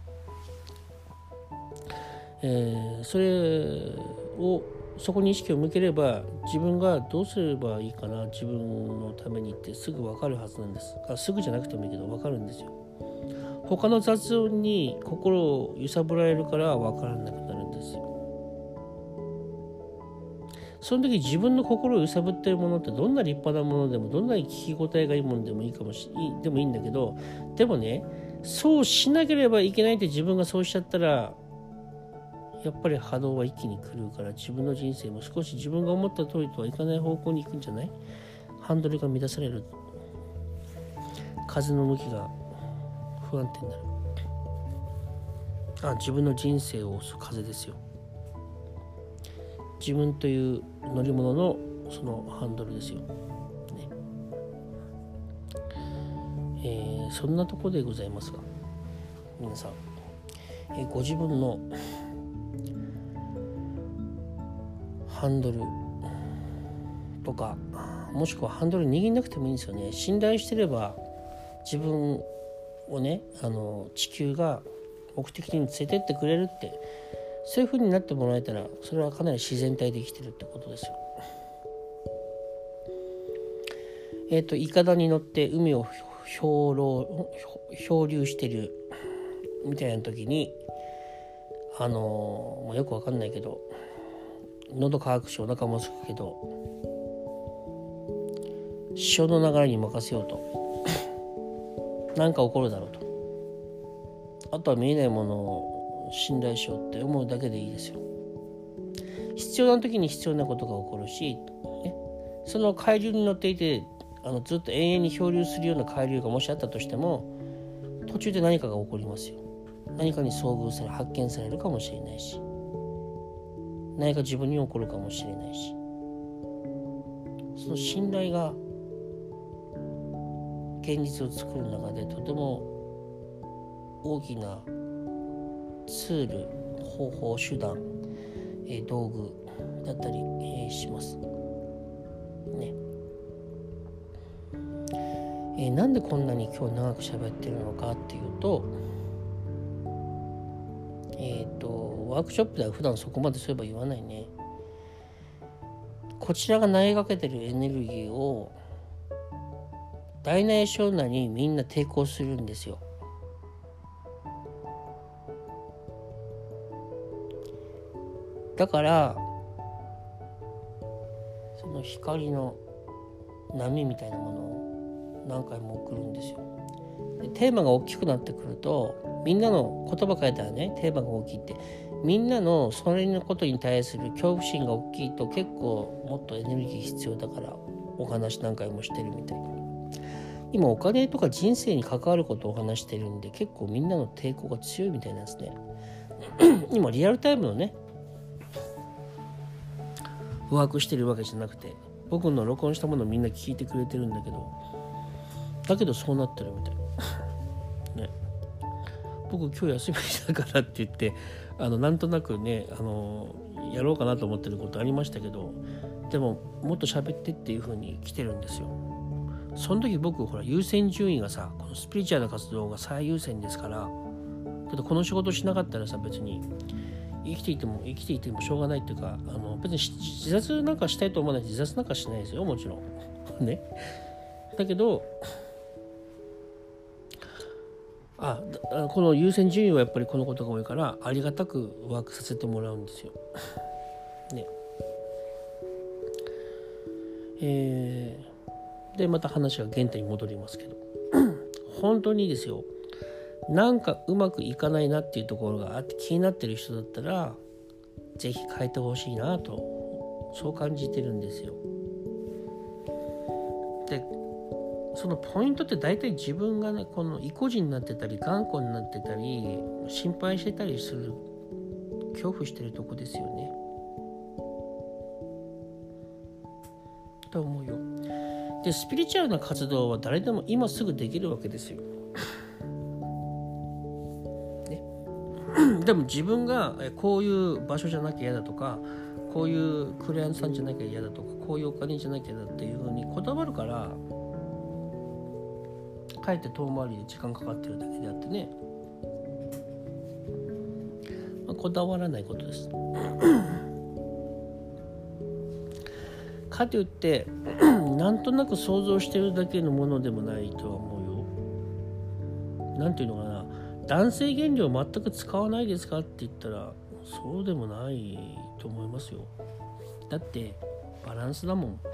そこに意識を向ければ自分がどうすればいいかな、自分のためにってすぐ分かるはずなんです。すぐじゃなくてもいいけど分かるんですよ。他の雑音に心を揺さぶられるから分からなくなるんですよ。 その時自分の心を揺さぶってるものってどんな立派なものでもどんなに聞き応えがいいものでもいいんだけど、でもね、そうしなければいけないって自分がそうしちゃったらやっぱり波動は一気に狂うから、自分の人生も少し自分が思った通りとはいかない方向に行くんじゃない？ハンドルが乱される、風の向きが不安定になる。自分の人生を押す風ですよ。自分という乗り物のそのハンドルですよ、ね。そんなところでございますが、皆さん、ご自分のハンドルとか、もしくはハンドル握んなくてもいいんですよね。信頼してれば自分をね、地球が目的に連れてってくれるって、そういう風になってもらえたら、それはかなり自然体で生きてるってことですよ。いかだに乗って海を漂流してるみたいな時に、もうよくわかんないけど、喉乾くしお腹もすくけど、潮の流れに任せようとなんか起こるだろうと、あとは見えないものを信頼しようって思うだけでいいですよ。必要な時に必要なことが起こるし、ね、その海流に乗っていてずっと永遠に漂流するような海流がもしあったとしても、途中で何かが起こりますよ。何かに遭遇され発見されるかもしれないし、何か自分に起こるかもしれないし、その信頼が現実を作る中でとても大きなツール、方法、手段、道具だったり、しますね。なんでこんなに今日長く喋ってるのかっていうと、ワークショップでは普段そこまでそういえば言わないね。こちらが投げかけてるエネルギーを大なり小なりにみんな抵抗するんですよ。だからその光の波みたいなものを何回も送るんですよ。でテーマが大きくなってくると、みんなの言葉変えたらね、テーマが大きいって、みんなのそれのことに対する恐怖心が大きいと、結構もっとエネルギー必要だからお話何回もしてるみたいな。今お金とか人生に関わることをお話してるんで、結構みんなの抵抗が強いみたいなんですね。今リアルタイムのねワークしてるわけじゃなくて、僕の録音したものをみんな聞いてくれてるんだけど、そうなってるみたいね。僕今日休みだからって言ってなんとなくねやろうかなと思ってることありましたけど、でももっと喋ってっていう風に来てるんですよ。その時僕ほら優先順位がさ、このスピリチュアルな活動が最優先ですから、だってこの仕事しなかったらさ、別に生きていてもしょうがないっていうか、別に自殺なんかしたいと思わないし、自殺なんかしないですよ、もちろんね。だけどこの優先順位はやっぱりこのことが多いから、ありがたくワークさせてもらうんですよね。でまた話が原点に戻りますけど本当にですよ、なんかうまくいかないなっていうところがあって気になってる人だったら、ぜひ変えてほしいなと、そう感じてるんですよ。でそのポイントって大体自分がね、この意固地になってたり頑固になってたり心配してたりする、恐怖してるとこですよねと思うよ。でスピリチュアルな活動は誰でも今すぐできるわけですよ、ね、でも自分がこういう場所じゃなきゃ嫌だとか、こういうクライアントさんじゃなきゃ嫌だとか、こういうお金じゃなきゃ嫌だっていうふうにこだわるから、かえって遠回りで時間かかってるだけであってね、こだわらないことですかといってなんとなく想像してるだけのものでもないとは思うよ。なんていうのかな、男性原料全く使わないですかって言ったらそうでもないと思いますよ。 だってバランスだもん。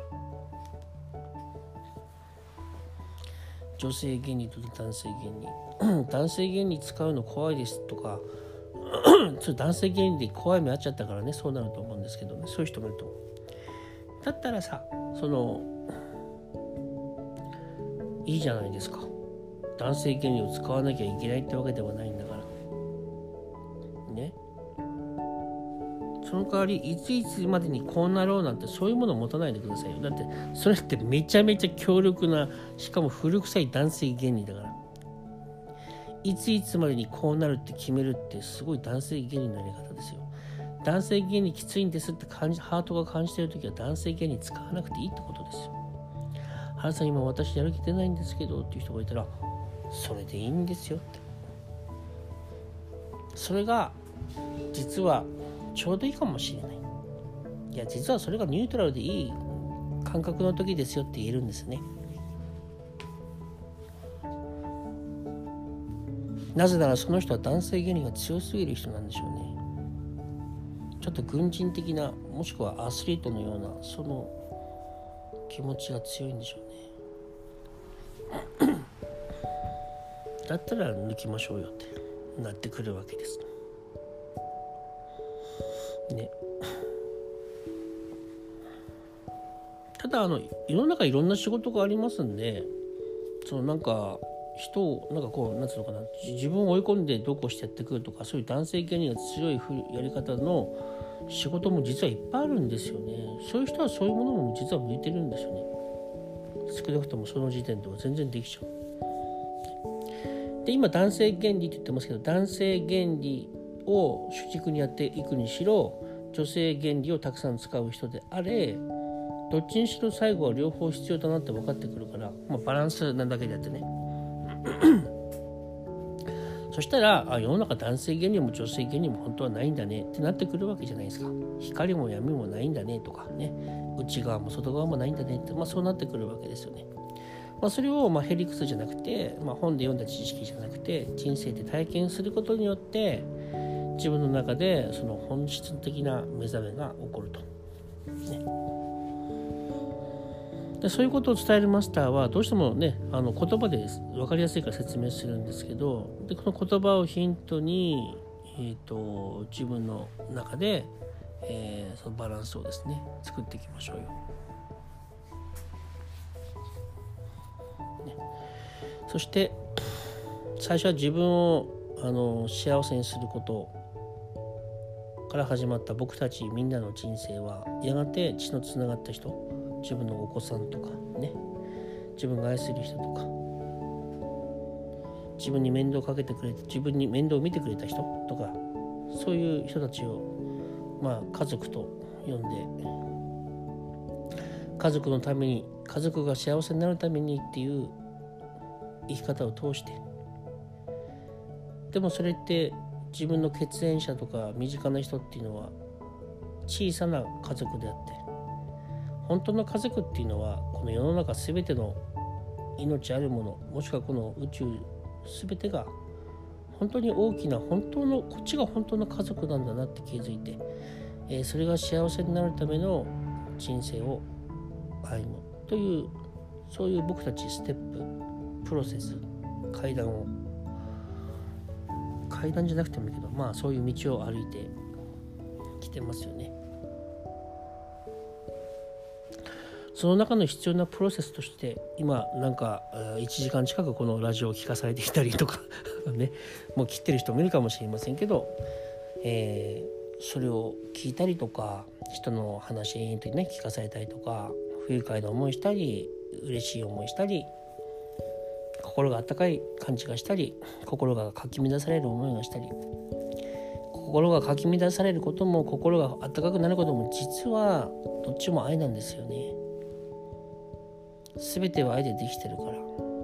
女性原理と男性原理男性原理使うの怖いですとかちょっと男性原理で怖い目あっちゃったからね、そうなると思うんですけどね、そういう人もいると思う。だったらさ、いいじゃないですか。男性原理を使わなきゃいけないってわけではないんだからね。その代わりいついつまでにこうなろうなんてそういうものを持たないでくださいよ。だってそれってめちゃめちゃ強力な、しかも古臭い男性原理だから。いついつまでにこうなるって決めるってすごい男性原理のやり方ですよ。男性原理きついんですってハートが感じてるときは男性原理使わなくていいってことですよ。原さん今私やる気出ないんですけどっていう人がいたら、それでいいんですよって。それが実はちょうどいいかもしれない。いや実はそれがニュートラルでいい感覚の時ですよって言えるんですね。なぜならその人は男性原理が強すぎる人なんでしょうね。ちょっと軍人的な、もしくはアスリートのようなその気持ちが強いんでしょうね。だったら抜きましょうよってなってくるわけですね。ただ世の中いろんな仕事がありますんで、なんか人をなんかこうなんつうのかな、自分を追い込んでどうこうしてやってくるとか、そういう男性原理が強いやり方の仕事も実はいっぱいあるんですよね。そういう人はそういうものも実は向いてるんですよね。少なくともその時点では全然できちゃう。で今男性原理って言ってますけど、男性原理を主軸にやっていくにしろ、女性原理をたくさん使う人であれ、どっちにしろ最後は両方必要だなって分かってくるから、バランスなだけであってねそしたら世の中男性原理も女性原理も本当はないんだねってなってくるわけじゃないですか。光も闇もないんだねとかね、内側も外側もないんだねって、そうなってくるわけですよね。それをへりくつじゃなくて、本で読んだ知識じゃなくて人生で体験することによって自分の中でその本質的な目覚めが起こると、ね。でそういうことを伝えるマスターはどうしてもね言葉で分かりやすいから説明するんですけど、でこの言葉をヒントに、自分の中で、そのバランスをですね作っていきましょうよ、ね。そして最初は自分を幸せにすることから始まった僕たちみんなの人生は、やがて血のつながった人、自分のお子さんとかね、自分が愛する人とか、自分に面倒をかけてくれて、自分に面倒を見てくれた人とか、そういう人たちを家族と呼んで、家族のために、家族が幸せになるためにっていう生き方を通して、でもそれって自分の血縁者とか身近な人っていうのは小さな家族であって、本当の家族っていうのはこの世の中すべての命あるもの、もしくはこの宇宙すべてが本当に大きなこっちが本当の家族なんだなって気づいて、それが幸せになるための人生を歩むという、そういう僕たちステップ、プロセス、階段じゃなくてもいいけど、そういう道を歩いてきてますよね。その中の必要なプロセスとして、今1時間近くこのラジオを聞かされていたりとかね、もう切ってる人もいるかもしれませんけど、それを聞いたりとか、人の話延々とね聞かされたりとか、不愉快な思いしたり、嬉しい思いしたり、心が温かい感じがしたり、心がかき乱される思いがしたり、心がかき乱されることも心が温かくなることも、実はどっちも愛なんですよね。全ては愛でできてるから。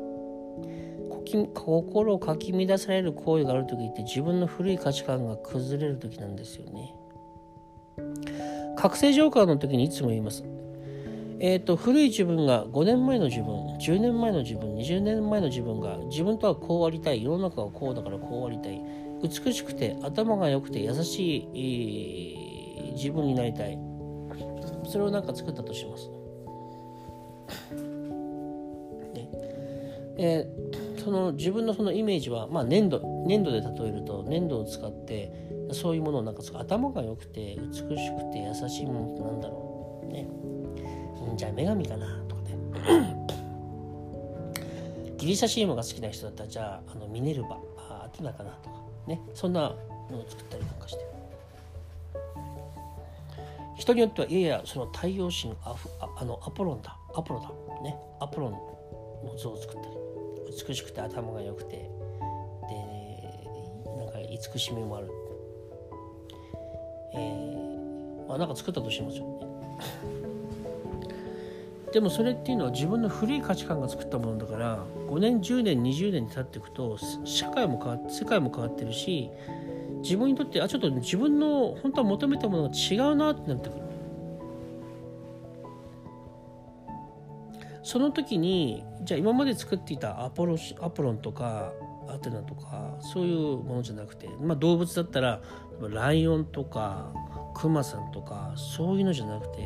心をかき乱される行為がある時って、自分の古い価値観が崩れる時なんですよね。覚醒ジョーカーの時にいつも言います。古い自分が5年前の自分、10年前の自分、20年前の自分が、自分とはこうありたい、世の中はこうだからこうありたい、美しくて頭が良くて優しい、自分になりたい、 それをなんか作ったとします、ね。その自分のそのイメージは、粘土で例えると、粘土を使ってそういうものをなんか頭が良くて美しくて優しいものってなんだろうね。じゃあ女神かなとかね。ギリシャ神話が好きな人だったら、じゃあミネルヴァ、アテナかなとかね、そんなのを作ったりなんかして、人によってはいやいやその太陽神アポロだね、アポロンの像を作ったり、美しくて頭が良くてでなんか慈しみもある、なんか作ったとしますよね。でもそれっていうのは自分の古い価値観が作ったものだから、5年10年20年に経っていくと社会も変わって世界も変わってるし、自分にとってちょっと自分の本当は求めたものが違うなってなってくる。その時にじゃあ今まで作っていたアポロンとかアテナとかそういうものじゃなくて、動物だったらライオンとかクマさんとかそういうのじゃなくて、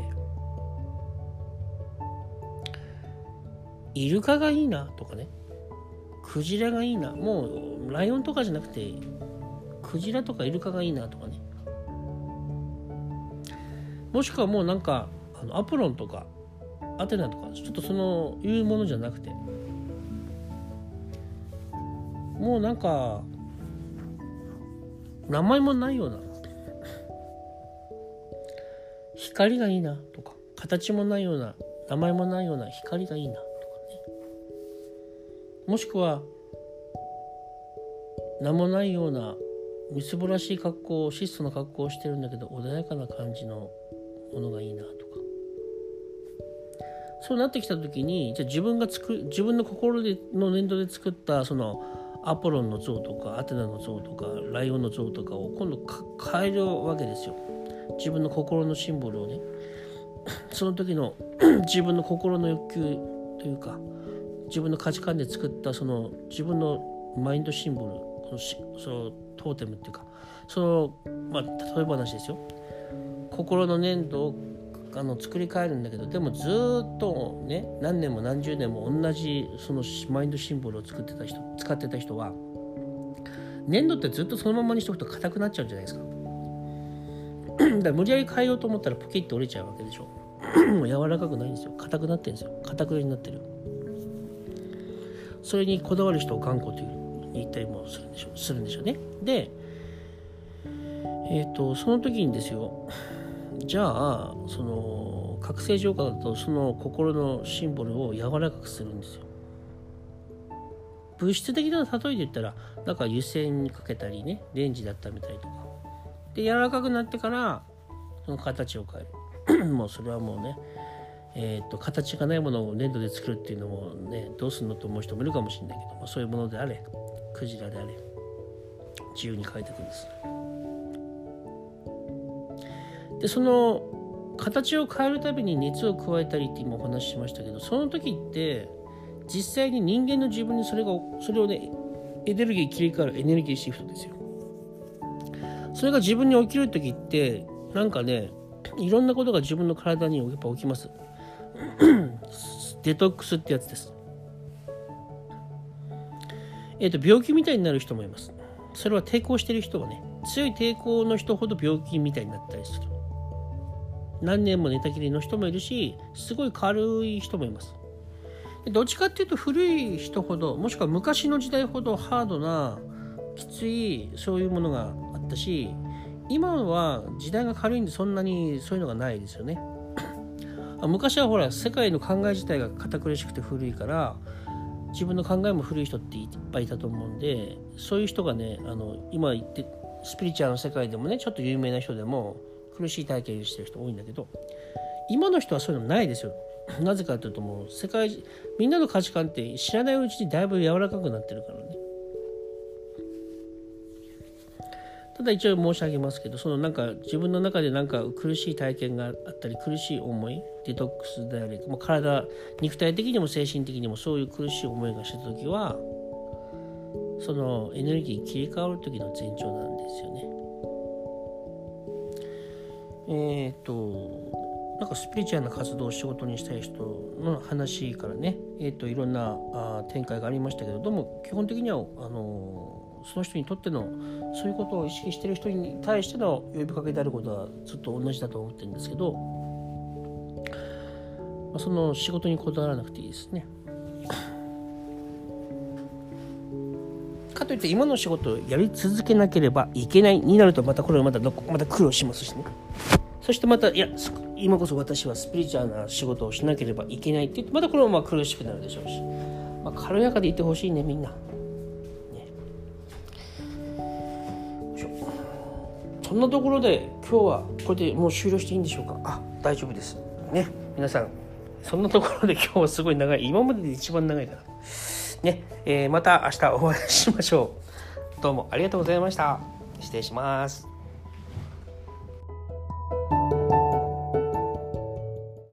イルカがいいなとかね、クジラがいいな、もうライオンとかじゃなくてクジラとかイルカがいいなとかね、もしくはもうなんかアポロンとかアテナとかちょっとそのいうものじゃなくて、もうなんか名前もないような光がいいなとか、形もないような名前もないような光がいいなとかね、もしくは名もないようなみすぼらしい格好、質素な格好をしてるんだけど穏やかな感じのものがいいなとか、そうなってきた時に、じゃあ自分の心の粘土で作ったそのアポロンの像とかアテナの像とかライオンの像とかを今度変えるわけですよ。自分の心のシンボルをね、その時の自分の心の欲求というか、自分の価値観で作ったその自分のマインドシンボル、そのトーテムっていうか、その例え話ですよ。心の粘土を作り変えるんだけど、でもずっとね何年も何十年も同じそのマインドシンボルを使ってた人は、粘土ってずっとそのままにしておくと硬くなっちゃうんじゃないですか。だから無理やり変えようと思ったらポキッと折れちゃうわけでしょ。もう柔らかくないんですよ。硬くなってるんですよ。硬くになってる。それにこだわる人を頑固というに言ったりもするんでしょうね。で、その時にですよ、じゃあその覚醒浄化だとその心のシンボルを柔らかくするんですよ。物質的な例えで言ったらなんか油性にかけたりね、レンジだったみたいとかで柔らかくなってからその形を変えるもうそれはもうね、形がないものを粘土で作るっていうのもね、どうすんのと思う人もいるかもしれないけども、そういうものであれクジラであれ自由に変えていくんです。でその形を変えるたびに熱を加えたりって今お話ししましたけど、その時って実際に人間の自分にそれをねエネルギー切り替わるエネルギーシフトですよ。それが自分に起きる時ってなんかね、いろんなことが自分の体にやっぱ起きます。デトックスってやつです。病気みたいになる人もいます。それは抵抗してる人はね、強い抵抗の人ほど病気みたいになったりする。何年も寝たきりの人もいるし、すごい軽い人もいます。どっちかっていうと古い人ほど、もしくは昔の時代ほどハードなきついそういうものがあったし、今は時代が軽いんでそんなにそういうのがないですよね。昔はほら世界の考え自体が堅苦しくて古いから自分の考えも古い人っていっぱいいたと思うんで、そういう人がね、今言ってスピリチュアルの世界でもねちょっと有名な人でも苦しい体験してる人多いんだけど、今の人はそういうのないですよ。なぜかというともうみんなの価値観って知らないうちにだいぶ柔らかくなってるからね。ただ一応申し上げますけど、そのなんか自分の中でなんか苦しい体験があったり苦しい思い、デトックスであり、肉体的にも精神的にもそういう苦しい思いがした時はそのエネルギー切り替わる時の前兆なんですよね。 なんかスピリチュアルな活動を仕事にしたい人の話からね、いろんな展開がありましたけど、どうも基本的にはその人にとってのそういうことを意識している人に対しての呼びかけであることはずっと同じだと思ってるんですけど、その仕事にこだわらなくていいですね。かといって今の仕事をやり続けなければいけないになると、またこれはまた苦労しますしね。そしてまた今こそ私はスピリチュアルな仕事をしなければいけないって言って、またこれも苦しくなるでしょうし、軽やかでいてほしいね、みんな、ね、そんなところで今日はこれでもう終了していいんでしょうか。大丈夫ですね。皆さんそんなところで今日はすごい長い、今までで一番長いからね、また明日お会いしましょう。どうもありがとうございました。失礼します。